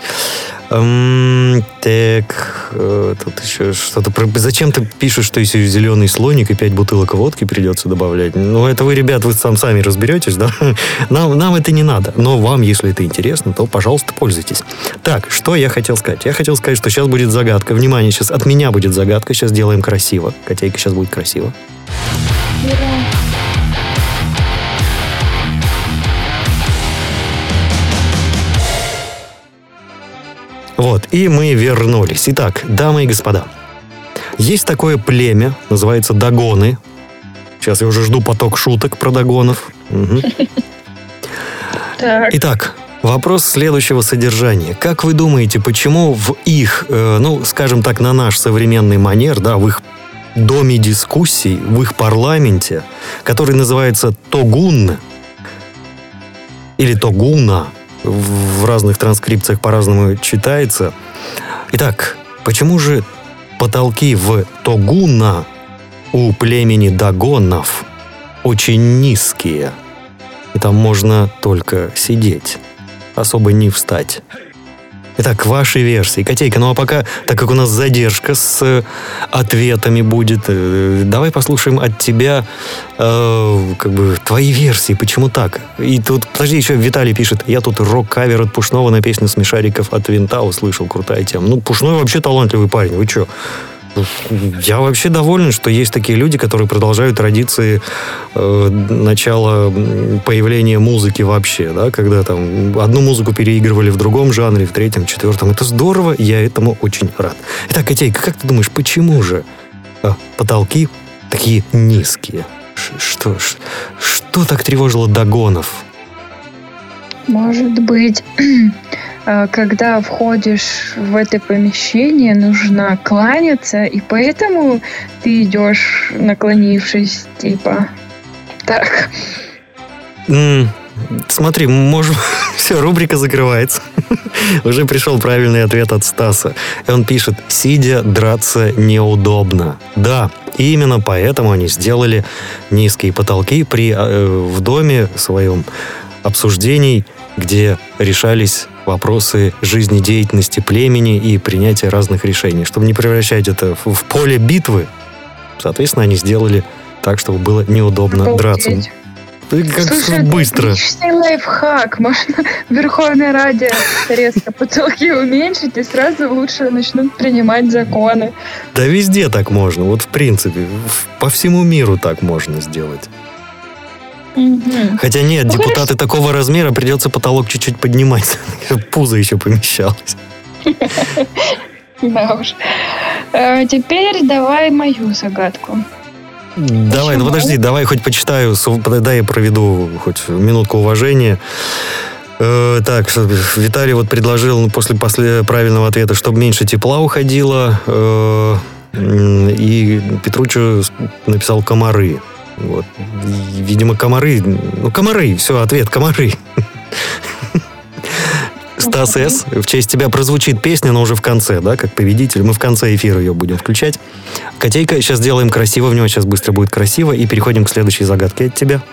Так, тут еще что-то... Зачем ты пишешь, что если зеленый слоник и 5 бутылок водки придется добавлять? Ну, это вы, ребят, вы сами разберетесь, да? Нам это не надо. Но вам, если это интересно, то, пожалуйста, пользуйтесь. Так, что я хотел сказать? Я хотел сказать, что сейчас будет загадка. Внимание, сейчас от меня будет загадка. Сейчас делаем красиво. Котейка, сейчас будет красиво. Вот, и мы вернулись. Итак, дамы и господа, есть такое племя, называется дагоны. Сейчас я уже жду поток шуток про дагонов. Угу. Итак, вопрос следующего содержания. Как вы думаете, почему в их, скажем так, на наш современный манер, да, в их доме дискуссий, в их парламенте, который называется Тогун или Тогуна, в разных транскрипциях по-разному читается. Итак, почему же потолки в Тогуна у племени дагонов очень низкие? И там можно только сидеть, особо не встать. Итак, ваши версии. Котейка, ну а пока, так как у нас задержка с ответами будет, давай послушаем от тебя твои версии, почему так. И тут, подожди, еще Виталий пишет, я тут рок-кавер от Пушного на песню «Смешариков от винта» услышал, крутая тема. Ну, Пушной вообще талантливый парень, вы что? Я вообще доволен, что есть такие люди, которые продолжают традиции начала появления музыки вообще, да, когда там одну музыку переигрывали в другом жанре, в третьем, в четвертом. Это здорово, я этому очень рад. Итак, Котейка, как ты думаешь, почему же потолки такие низкие? Что так тревожило дагонов? Может быть, когда входишь в это помещение, нужно кланяться, и поэтому ты идешь, наклонившись, типа так. Смотри, можем... Все, рубрика закрывается. Уже пришел правильный ответ от Стаса. И он пишет, сидя драться неудобно. Да, именно поэтому они сделали низкие потолки в доме своем обсуждений, где решались вопросы жизнедеятельности племени и принятия разных решений. Чтобы не превращать это в поле битвы, соответственно, они сделали так, чтобы было неудобно драться. Слушай, быстро. Отличный лайфхак. Можно в Верховной Раде резко потолки уменьшить, и сразу лучше начнут принимать законы. Да везде так можно. Вот в принципе, по всему миру так можно сделать. Угу. Хотя нет, депутаты такого размера, придется потолок чуть-чуть поднимать, чтобы пузо еще помещалось. Да уж. Теперь давай мою загадку. Давай, ну подожди, давай хоть почитаю, дай я проведу хоть минутку уважения. Так, Виталий вот предложил после правильного ответа, чтобы меньше тепла уходило, и Петруччо написал комары. Вот. Видимо, комары. Ну, комары, все, ответ, комары. Стас С., в честь тебя прозвучит песня, но уже в конце, да, как победитель. Мы в конце эфира ее будем включать. Котейка, сейчас делаем красиво, в него сейчас быстро будет красиво, и переходим к следующей загадке от тебя.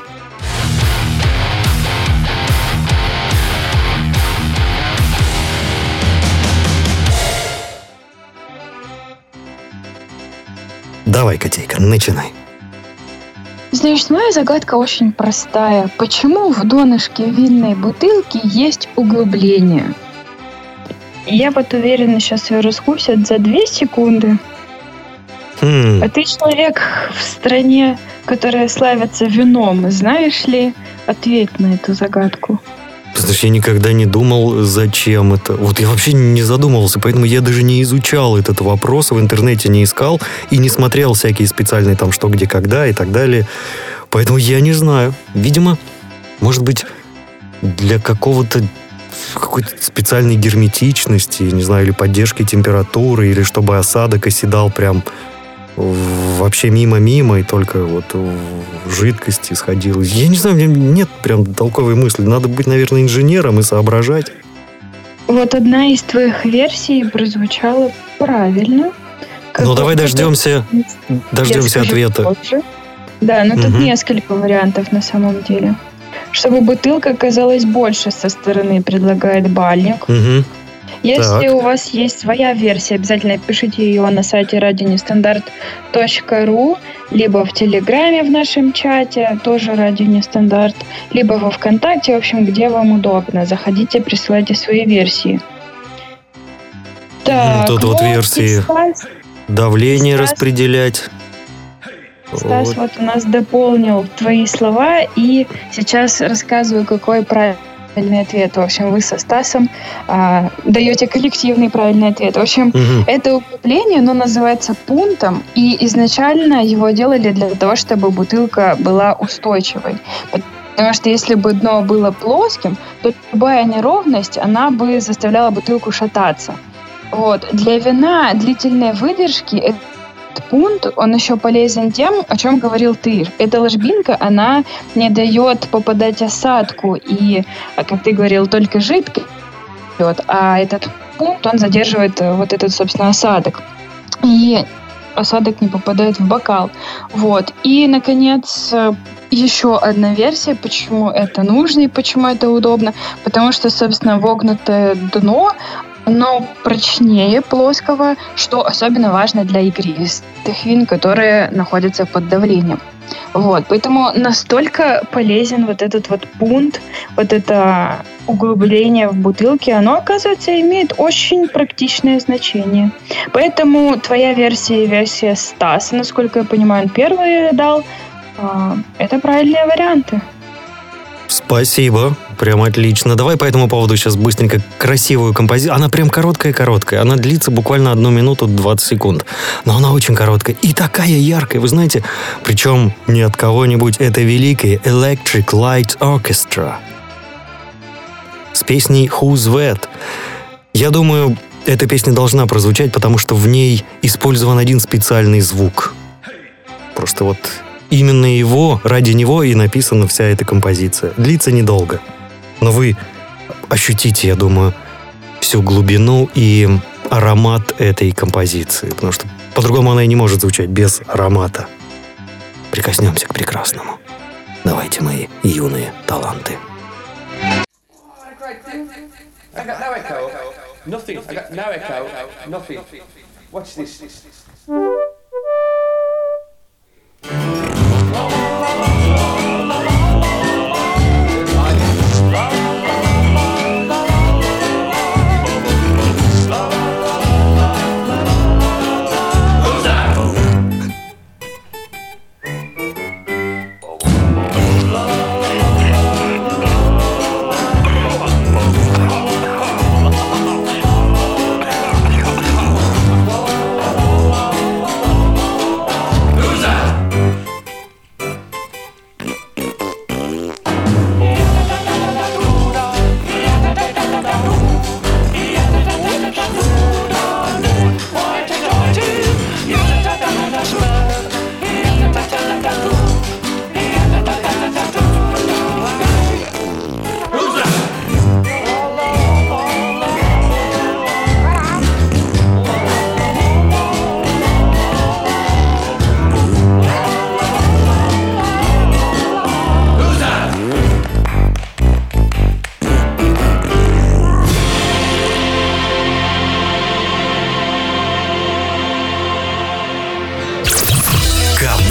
Давай, Котейка, начинай. Значит, моя загадка очень простая. Почему в донышке винной бутылки есть углубление? Я вот уверена, сейчас ее раскусят за 2 секунды. А ты человек в стране, которая славится вином. Знаешь ли ответ на эту загадку? Знаешь, я никогда не думал, зачем это. Вот я вообще не задумывался, поэтому я даже не изучал этот вопрос, в интернете не искал и не смотрел всякие специальные там что, где, когда и так далее. Поэтому я не знаю. Видимо, может быть, для какой-то специальной герметичности, не знаю, или поддержки температуры, или чтобы осадок оседал прям вообще мимо-мимо, и только вот в жидкости сходил. Я не знаю, у меня нет прям толковой мысли. Надо быть, наверное, инженером и соображать. Вот одна из твоих версий прозвучала правильно. Ну, давай дождемся ответа. Позже. Да, но тут несколько вариантов на самом деле. Чтобы бутылка казалась больше со стороны, предлагает Бальник. Если у вас есть своя версия, обязательно пишите ее на сайте radionestandarт.ru, либо в Телеграме в нашем чате, тоже Радио Нестандарт, либо во ВКонтакте, в общем, где вам удобно. Заходите, присылайте свои версии. Так, тут вот версии. Давление распределять. Стас вот у нас дополнил твои слова, и сейчас рассказываю, какой правильный ответ. В общем, вы со Стасом даете коллективный правильный ответ. В общем, это углубление, оно называется пунтом, и изначально его делали для того, чтобы бутылка была устойчивой. Потому что если бы дно было плоским, то любая неровность, она бы заставляла бутылку шататься. Вот. Для вина длительной выдержки этот пункт, он еще полезен тем, о чем говорил ты. Эта ложбинка, она не дает попадать осадку, и, как ты говорил, только жидкость, а этот пункт, он задерживает вот этот, собственно, осадок. И осадок не попадает в бокал. Вот. И, наконец, еще одна версия, почему это нужно и почему это удобно. Потому что, собственно, вогнутое дно, оно прочнее плоского, что особенно важно для игристых вин, которые находятся под давлением. Вот, поэтому настолько полезен вот этот вот пункт, вот это углубление в бутылке, оно, оказывается, имеет очень практичное значение. Поэтому твоя версия и версия Стаса, насколько я понимаю, он первый дал, это правильные варианты. Спасибо, прям отлично. Давай по этому поводу сейчас быстренько красивую композицию. Она прям короткая-короткая. Она длится буквально 1 минуту 20 секунд. Но она очень короткая и такая яркая, вы знаете. Причем не от кого-нибудь. Это великая Electric Light Orchestra с песней Who's That. Я думаю, эта песня должна прозвучать, потому что в ней использован один специальный звук. Просто вот... Именно ради него и написана вся эта композиция. Длится недолго. Но вы ощутите, я думаю, всю глубину и аромат этой композиции. Потому что по-другому она и не может звучать без аромата. Прикоснемся к прекрасному. Давайте, мои юные таланты.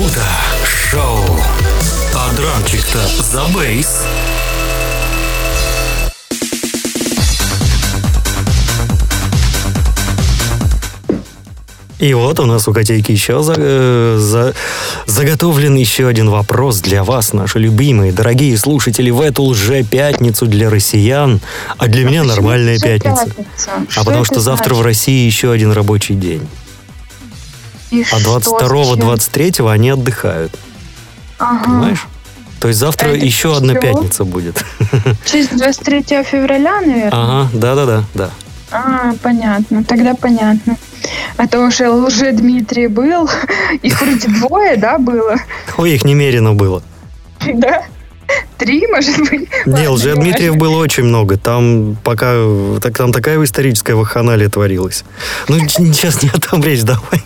круто! Шоу! А драмчик-то за бейс. И вот у нас у Котейки еще заготовлен еще один вопрос для вас, наши любимые, дорогие слушатели, в эту лже-пятницу для россиян, а для меня нормальная пятница. А потому что завтра в России еще один рабочий день. А 22-го, 23-го они отдыхают. Понимаешь? То есть завтра еще одна пятница будет. В честь 23 февраля, наверное? Ага, да. Понятно, тогда понятно. А то уже Лже-Дмитрий был, их вроде двое, да, было? Ой, их немерено было. Да? 3, может быть? Не, Лже-Дмитриев было очень много. Там такая историческая вакханалия творилась. Ну, сейчас не о том речь, давай.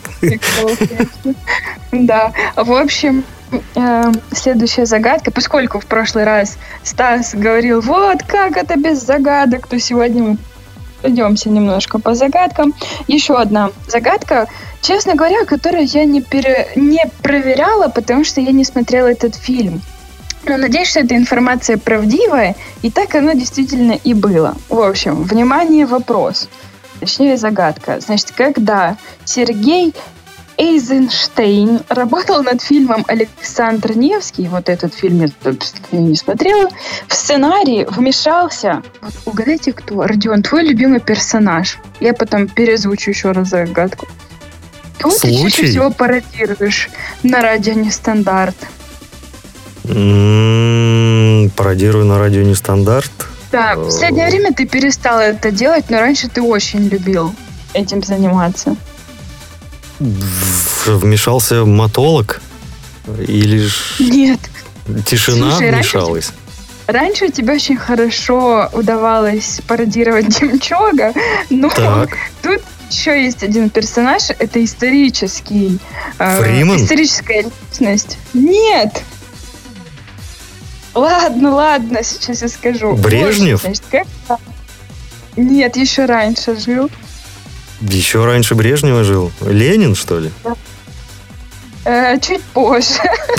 Да, в общем, следующая загадка. Поскольку в прошлый раз Стас говорил, вот как это без загадок, то сегодня мы пройдемся немножко по загадкам. Еще одна загадка, честно говоря, которую я не проверяла, потому что я не смотрела этот фильм. Но надеюсь, что эта информация правдивая, и так оно действительно и было. В общем, внимание, вопрос. Точнее, загадка. Значит, когда Сергей Эйзенштейн работал над фильмом «Александр Невский», вот этот фильм я, собственно, не смотрела, в сценарий вмешался, вот угадайте кто, Родион, твой любимый персонаж. Я потом перезвучу еще раз загадку. Кого ты чаще всего пародируешь на радио «Нестандарт»? Пародирую на радио «Нестандарт». Да, в последнее время ты перестал это делать, но раньше ты очень любил этим заниматься. Вмешался мотолог? Или Нет. Тишина вмешалась? Раньше тебе очень хорошо удавалось пародировать Демчога, но тут еще есть один персонаж, это исторический... Фриман? Историческая личность. Нет! Ладно, сейчас я скажу. Брежнев? Значит, Нет, еще раньше жил. Еще раньше Брежнева жил? Ленин, что ли? Чуть позже.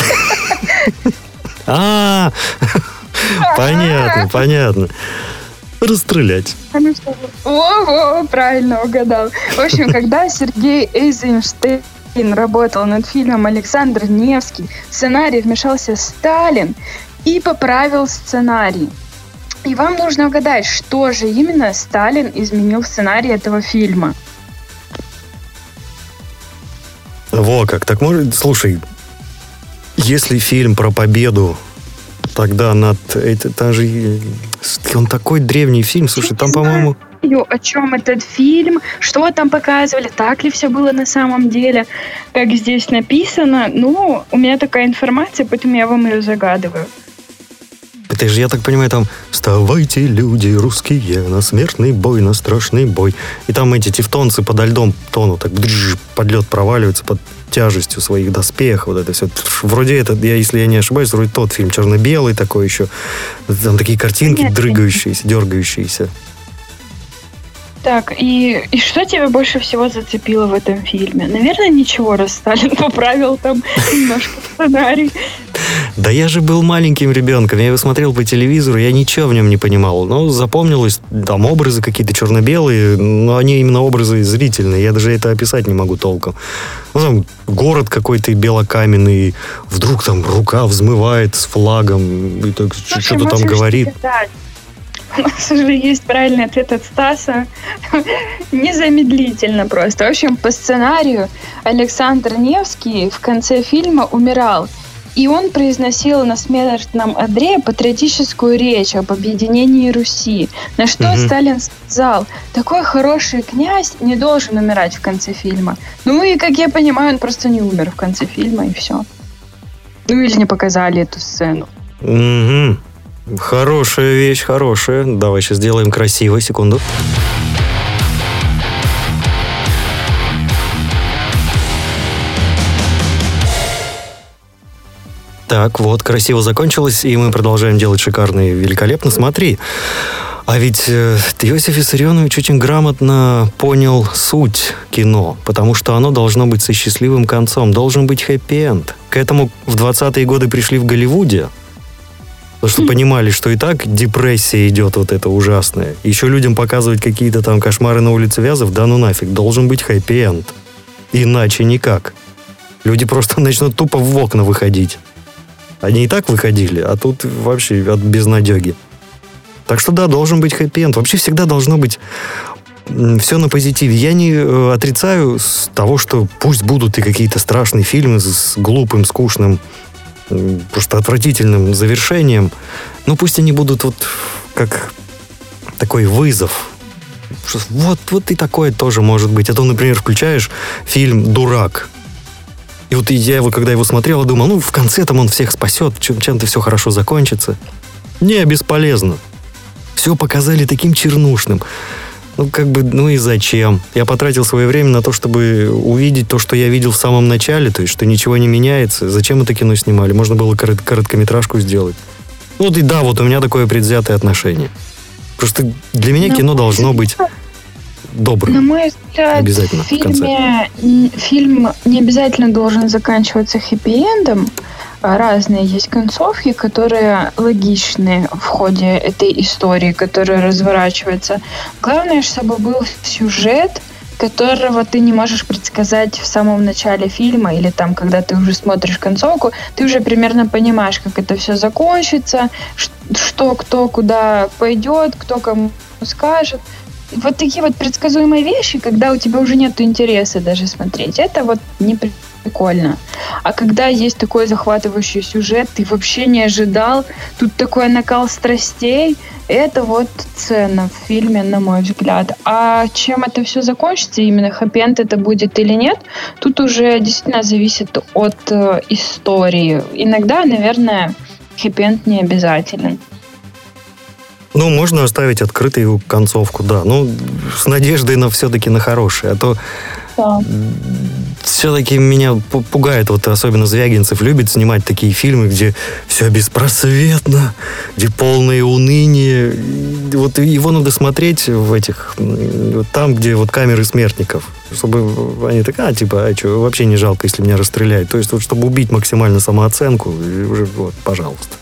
Понятно. Расстрелять. Во, правильно угадал. В общем, когда Сергей Эйзенштейн работал над фильмом «Александр Невский», в сценарий вмешался Сталин и поправил сценарий. И вам нужно угадать, что же именно Сталин изменил в сценарии этого фильма. Во как, так может... Слушай, если фильм про победу, тогда там же... Он такой древний фильм, слушай, там, по-моему... О чем этот фильм, что там показывали, так ли все было на самом деле, как здесь написано. Ну, у меня такая информация, поэтому я вам ее загадываю. Это же, я так понимаю, там «Вставайте, люди русские, на смертный бой, на страшный бой». И там эти тевтонцы подо льдом тонут, так под лед проваливаются под тяжестью своих доспехов. Вот это все. Вроде это, если я не ошибаюсь, вроде тот фильм черно-белый такой еще. Там такие картинки дрыгающиеся, дергающиеся. Так, и что тебя больше всего зацепило в этом фильме? Наверное, ничего, раз Сталин поправил там немножко сценарий. Да я же был маленьким ребенком, я его смотрел по телевизору, я ничего в нем не понимал. Но запомнилось, там образы какие-то черно-белые, но они именно образы зрительные, я даже это описать не могу толком. Ну, там город какой-то белокаменный, вдруг там рука взмывает с флагом, и так что-то там говорит. У нас уже есть правильный ответ от Стаса. Незамедлительно просто. В общем, по сценарию Александр Невский в конце фильма умирал. И он произносил на смертном одре патриотическую речь об объединении Руси. На что Сталин сказал, такой хороший князь не должен умирать в конце фильма. Ну и, как я понимаю, он просто не умер в конце фильма, и все. Ну или не показали эту сцену. Хорошая вещь, хорошая. Давай сейчас сделаем красиво, секунду. Так, вот, красиво закончилось, и мы продолжаем делать шикарно и великолепно. Смотри, А ведь Иосиф Виссарионович очень грамотно понял суть кино, потому что оно должно быть со счастливым концом, должен быть хэппи-энд. К этому в 20-е годы пришли в Голливуде, потому что понимали, что и так депрессия идет вот эта ужасная. Еще людям показывать какие-то там кошмары на улице Вязов, да ну нафиг, должен быть хэппи-энд. Иначе никак. Люди просто начнут тупо в окна выходить. Они и так выходили, а тут вообще от безнадеги. Так что да, должен быть хэппи-энд. Вообще всегда должно быть все на позитиве. Я не отрицаю того, что пусть будут и какие-то страшные фильмы с глупым, скучным, просто отвратительным завершением, но пусть они будут вот как такой вызов. Вот и такое тоже может быть. А то, например, включаешь фильм «Дурак». И вот я его, когда его смотрел, я думал, в конце там он всех спасет, чем-то все хорошо закончится. Не, бесполезно. Все показали таким чернушным. И зачем? Я потратил свое время на то, чтобы увидеть то, что я видел в самом начале, то есть, что ничего не меняется. Зачем это кино снимали? Можно было короткометражку сделать. У меня такое предвзятое отношение. Просто для меня кино должно быть добрым. На мой взгляд, обязательно в конце. Фильм не обязательно должен заканчиваться хэппи-эндом. Разные есть концовки, которые логичны в ходе этой истории, которая разворачивается. Главное, чтобы был сюжет, которого ты не можешь предсказать в самом начале фильма, или там, когда ты уже смотришь концовку, ты уже примерно понимаешь, как это все закончится, что кто куда пойдет, кто кому скажет. Вот такие вот предсказуемые вещи, когда у тебя уже нет интереса даже смотреть, это вот не прикольно. А когда есть такой захватывающий сюжет, ты вообще не ожидал, тут такой накал страстей, это вот ценно в фильме, на мой взгляд. А чем это все закончится, именно хэппи-энд это будет или нет, тут уже действительно зависит от истории. Иногда, наверное, хэппи-энд не обязателен. Можно оставить открытую концовку, да. С надеждой все-таки на хорошее. А то все-таки меня пугает, особенно Звягинцев любит снимать такие фильмы, где все беспросветно, где полное уныние. Его надо смотреть там, где камеры смертников. Чтобы они что, вообще не жалко, если меня расстреляют. То есть, чтобы убить максимально самооценку, уже пожалуйста.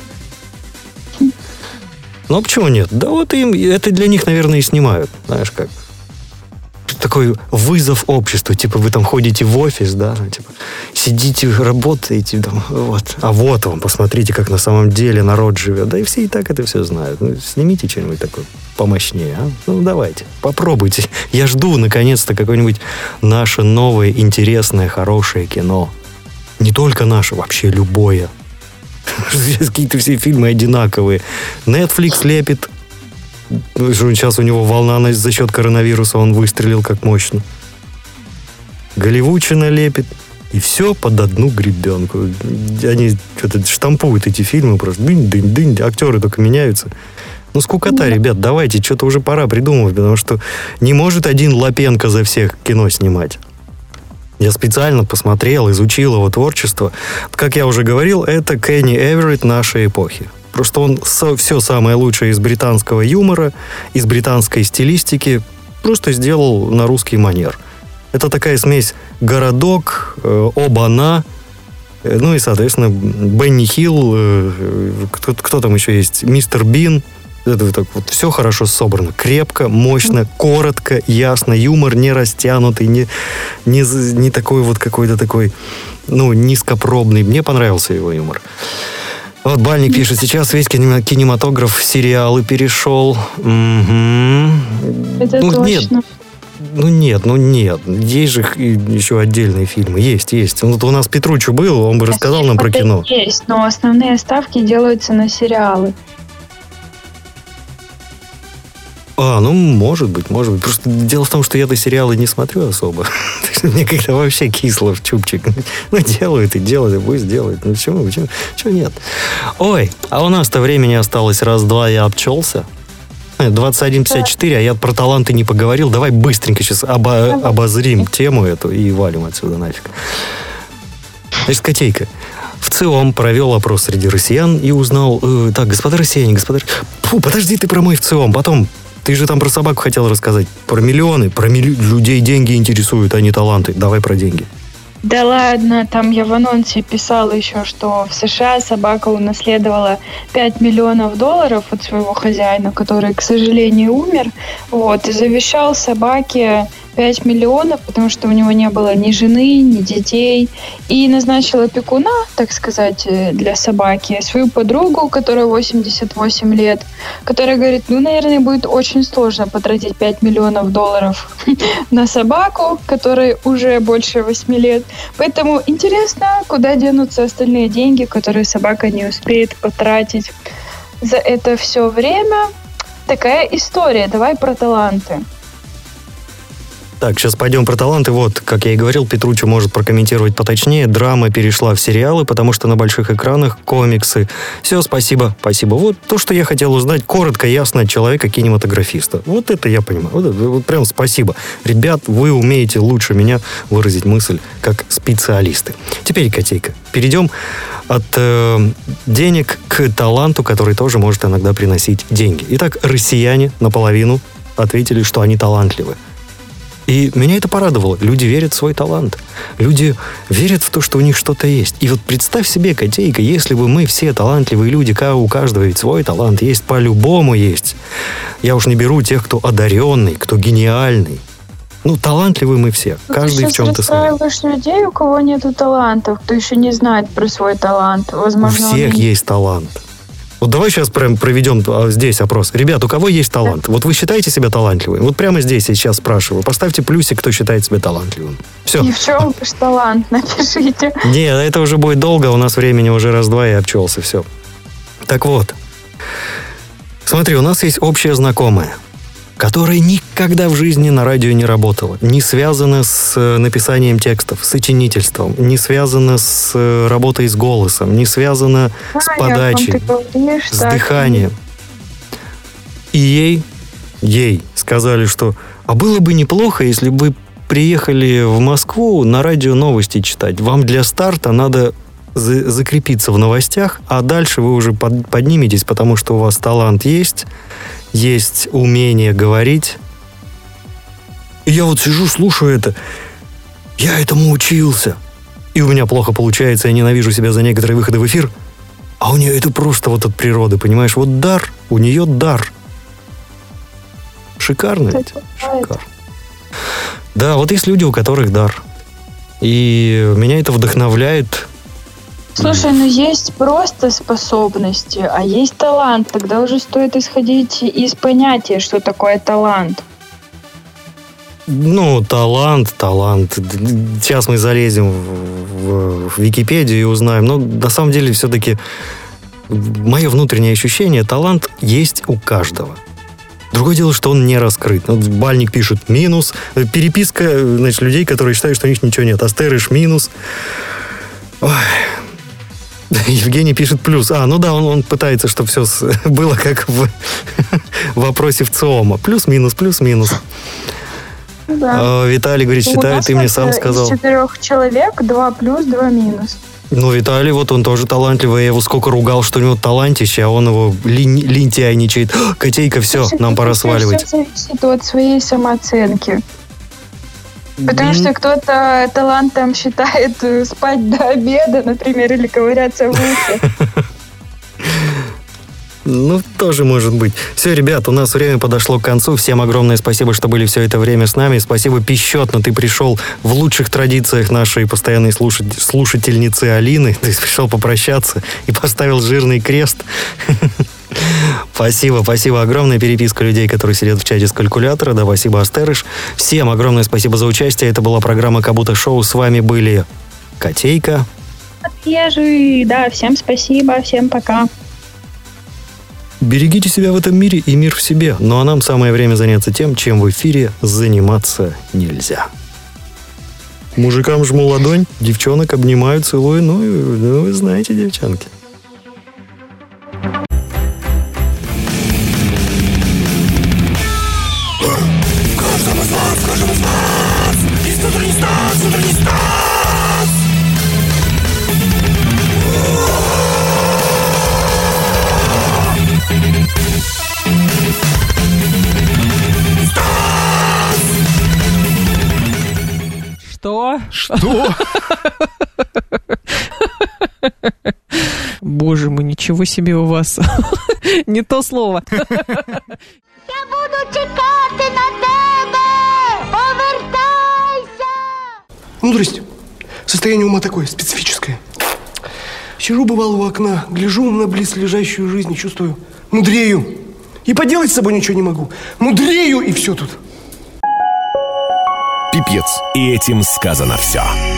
Почему нет? Да им, это для них, наверное, и снимают. Знаешь, как такой вызов обществу. Вы там ходите в офис, да, сидите, работаете, а вам, посмотрите, как на самом деле народ живет. Да и все и так это все знают. Снимите что-нибудь такое помощнее, а? Давайте, попробуйте. Я жду, наконец-то, какое-нибудь наше новое, интересное, хорошее кино. Не только наше, вообще любое. Какие-то все фильмы одинаковые. Netflix лепит. Сейчас у него волна за счет коронавируса, он выстрелил как мощно. Голливудчина лепит. И все под одну гребенку. Они что-то штампуют эти фильмы просто. Дынь-дынь-дынь. Актеры только меняются. Скукота, ребят, давайте, что-то уже пора придумывать, потому что не может один Лапенко за всех кино снимать. Я специально посмотрел, изучил его творчество. Как я уже говорил, это Кенни Эверетт нашей эпохи. Просто он все самое лучшее из британского юмора, из британской стилистики просто сделал на русский манер. Это такая смесь «Городок», «Оба-на», и, соответственно, Бенни Хилл, кто там еще есть, «Мистер Бин». Это все хорошо собрано, крепко, мощно, коротко, ясно, юмор не растянутый, не такой какой-то такой, низкопробный. Мне понравился его юмор. Бальник пишет, сейчас весь кинематограф в сериалы перешел. Это точно. Нет. Есть же еще отдельные фильмы. Есть. У нас Петруччо был, он бы рассказал нам про кино. Есть, но основные ставки делаются на сериалы. Может быть. Просто дело в том, что я-то сериалы не смотрю особо. Мне как-то вообще кисло в чубчик. Делают и делают, пусть делают. Почему нет? Ой, а у нас-то времени осталось раз-два, я обчелся. 21:54, а я про таланты не поговорил. Давай быстренько сейчас обозрим тему эту и валим отсюда нафиг. Значит, котейка. ВЦИОМ провел опрос среди россиян и узнал... так, господа россияне, подожди, ты про мой ВЦИОМ, потом... Ты же там про собаку хотел рассказать. Про миллионы, людей деньги интересуют, а не таланты. Давай про деньги. Да ладно, там я в анонсе писала еще, что в США собака унаследовала $5 миллионов от своего хозяина, который, к сожалению, умер. Вот, и завещал собаке 5 миллионов, потому что у него не было ни жены, ни детей. И назначил опекуна, так сказать, для собаки, свою подругу, которой 88 лет, которая говорит, наверное, будет очень сложно потратить $5 миллионов на собаку, которой уже больше 8 лет. Поэтому интересно, куда денутся остальные деньги, которые собака не успеет потратить за это все время. Такая история. Давай про таланты. Так, сейчас пойдем про таланты. Вот, как я и говорил, Петруччо может прокомментировать поточнее. Драма перешла в сериалы, потому что на больших экранах комиксы. Все, спасибо. Вот то, что я хотел узнать, коротко, ясно от человека-кинематографиста. Вот это я понимаю. Вот прям спасибо. Ребят, вы умеете лучше меня выразить мысль как специалисты. Теперь, Котейка, перейдем от денег к таланту, который тоже может иногда приносить деньги. Итак, россияне наполовину ответили, что они талантливы. И меня это порадовало. Люди верят в свой талант. Люди верят в то, что у них что-то есть. И вот представь себе, Котейка, если бы мы все талантливые люди, у каждого ведь свой талант есть, по-любому есть. Я уж не беру тех, кто одаренный, кто гениальный. Талантливы мы все. Каждый в чем-то свой. Ты расстраиваешь людей, у кого нету талантов, кто еще не знает про свой талант. Возможно, у всех есть талант. Вот давай сейчас прям проведем здесь опрос. Ребят, у кого есть талант? Вот вы считаете себя талантливым? Вот прямо здесь я сейчас спрашиваю. Поставьте плюсик, кто считает себя талантливым. Все. И в чем ваш талант? Напишите. Нет, это уже будет долго. У нас времени уже раз-два и обчелся. Все. Так вот. Смотри, у нас есть общая знакомая, которая никогда в жизни на радио не работала. Не связана с написанием текстов, с сочинительством, не связана с работой с голосом, не связана с подачей, с дыханием. И ей сказали, что «А было бы неплохо, если бы вы приехали в Москву на радио новости читать. Вам для старта надо закрепиться в новостях, а дальше вы уже подниметесь, потому что у вас талант есть умение говорить». И я вот сижу, слушаю это. Я этому учился. И у меня плохо получается, я ненавижу себя за некоторые выходы в эфир. А у нее это просто вот от природы, понимаешь? Вот дар, у нее дар. Шикарно ведь? Шикарно. Да, вот есть люди, у которых дар. И меня это вдохновляет. Слушай, есть просто способности, а есть талант. Тогда уже стоит исходить из понятия, что такое талант. Талант. Сейчас мы залезем в Википедию и узнаем. Но на самом деле все-таки мое внутреннее ощущение, талант есть у каждого. Другое дело, что он не раскрыт. Бальник пишет минус. Переписка, людей, которые считают, что у них ничего нет. Астерыш минус. Ой. Евгений пишет плюс. Он пытается, чтобы все было как в вопросе ВЦИОМа. Плюс-минус. Да. Виталий говорит, считаю, ты мне сам сказал. Из 4 человек 2 плюс, 2 минус. Виталий, вот он тоже талантливый. Я его сколько ругал, что у него талантище, а он его лентяйничает. Котейка, все, нам пора сваливать. Все зависит от своей самооценки. Потому что кто-то талантом считает спать до обеда, например, или ковыряться в ухе. Тоже может быть. Все, ребят, у нас время подошло к концу. Всем огромное спасибо, что были все это время с нами. Спасибо, Пищетно, ты пришел в лучших традициях нашей постоянной слушательницы Алины. Ты пришел попрощаться и поставил жирный крест. Спасибо огромное. Переписка людей, которые сидят в чате с калькулятора. Да, спасибо, Астерыш. Всем огромное спасибо за участие. Это была программа «Как-будто шоу». С вами были Котейка. Отъезжи. Да, всем спасибо. Всем пока. Берегите себя в этом мире и мир в себе. Ну а нам самое время заняться тем, чем в эфире заниматься нельзя. Мужикам жму ладонь, девчонок обнимаю, целую. Вы знаете, девчонки. Каждому из нас, из внутренних стас. Что? Что? Боже мой, ничего себе у вас. Не то слово. Я буду чекати на тебе! Повертайся! Мудрость. Состояние ума такое, специфическое. Сижу, бывало, у окна, гляжу на близлежащую жизнь и чувствую, мудрею. И поделать с собой ничего не могу. Мудрею, и все тут. Пипец. И этим сказано все.